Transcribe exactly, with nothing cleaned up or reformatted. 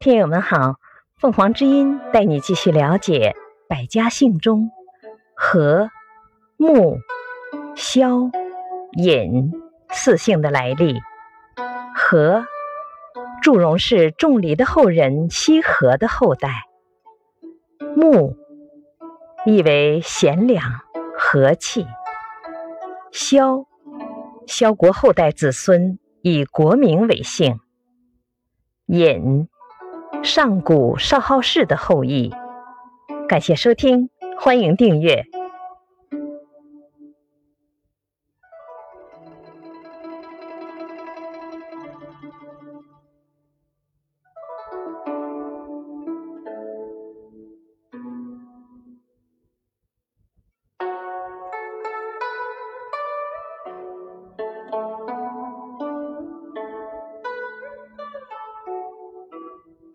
听友们好，凤凰之音带你继续了解百家姓中和、穆、萧、尹四姓的来历。和，祝融是仲离的后人羲和的后代。穆，意为贤良和气。萧，萧国后代子孙以国名为姓。尹，上古少昊氏的后裔。感谢收听，欢迎订阅。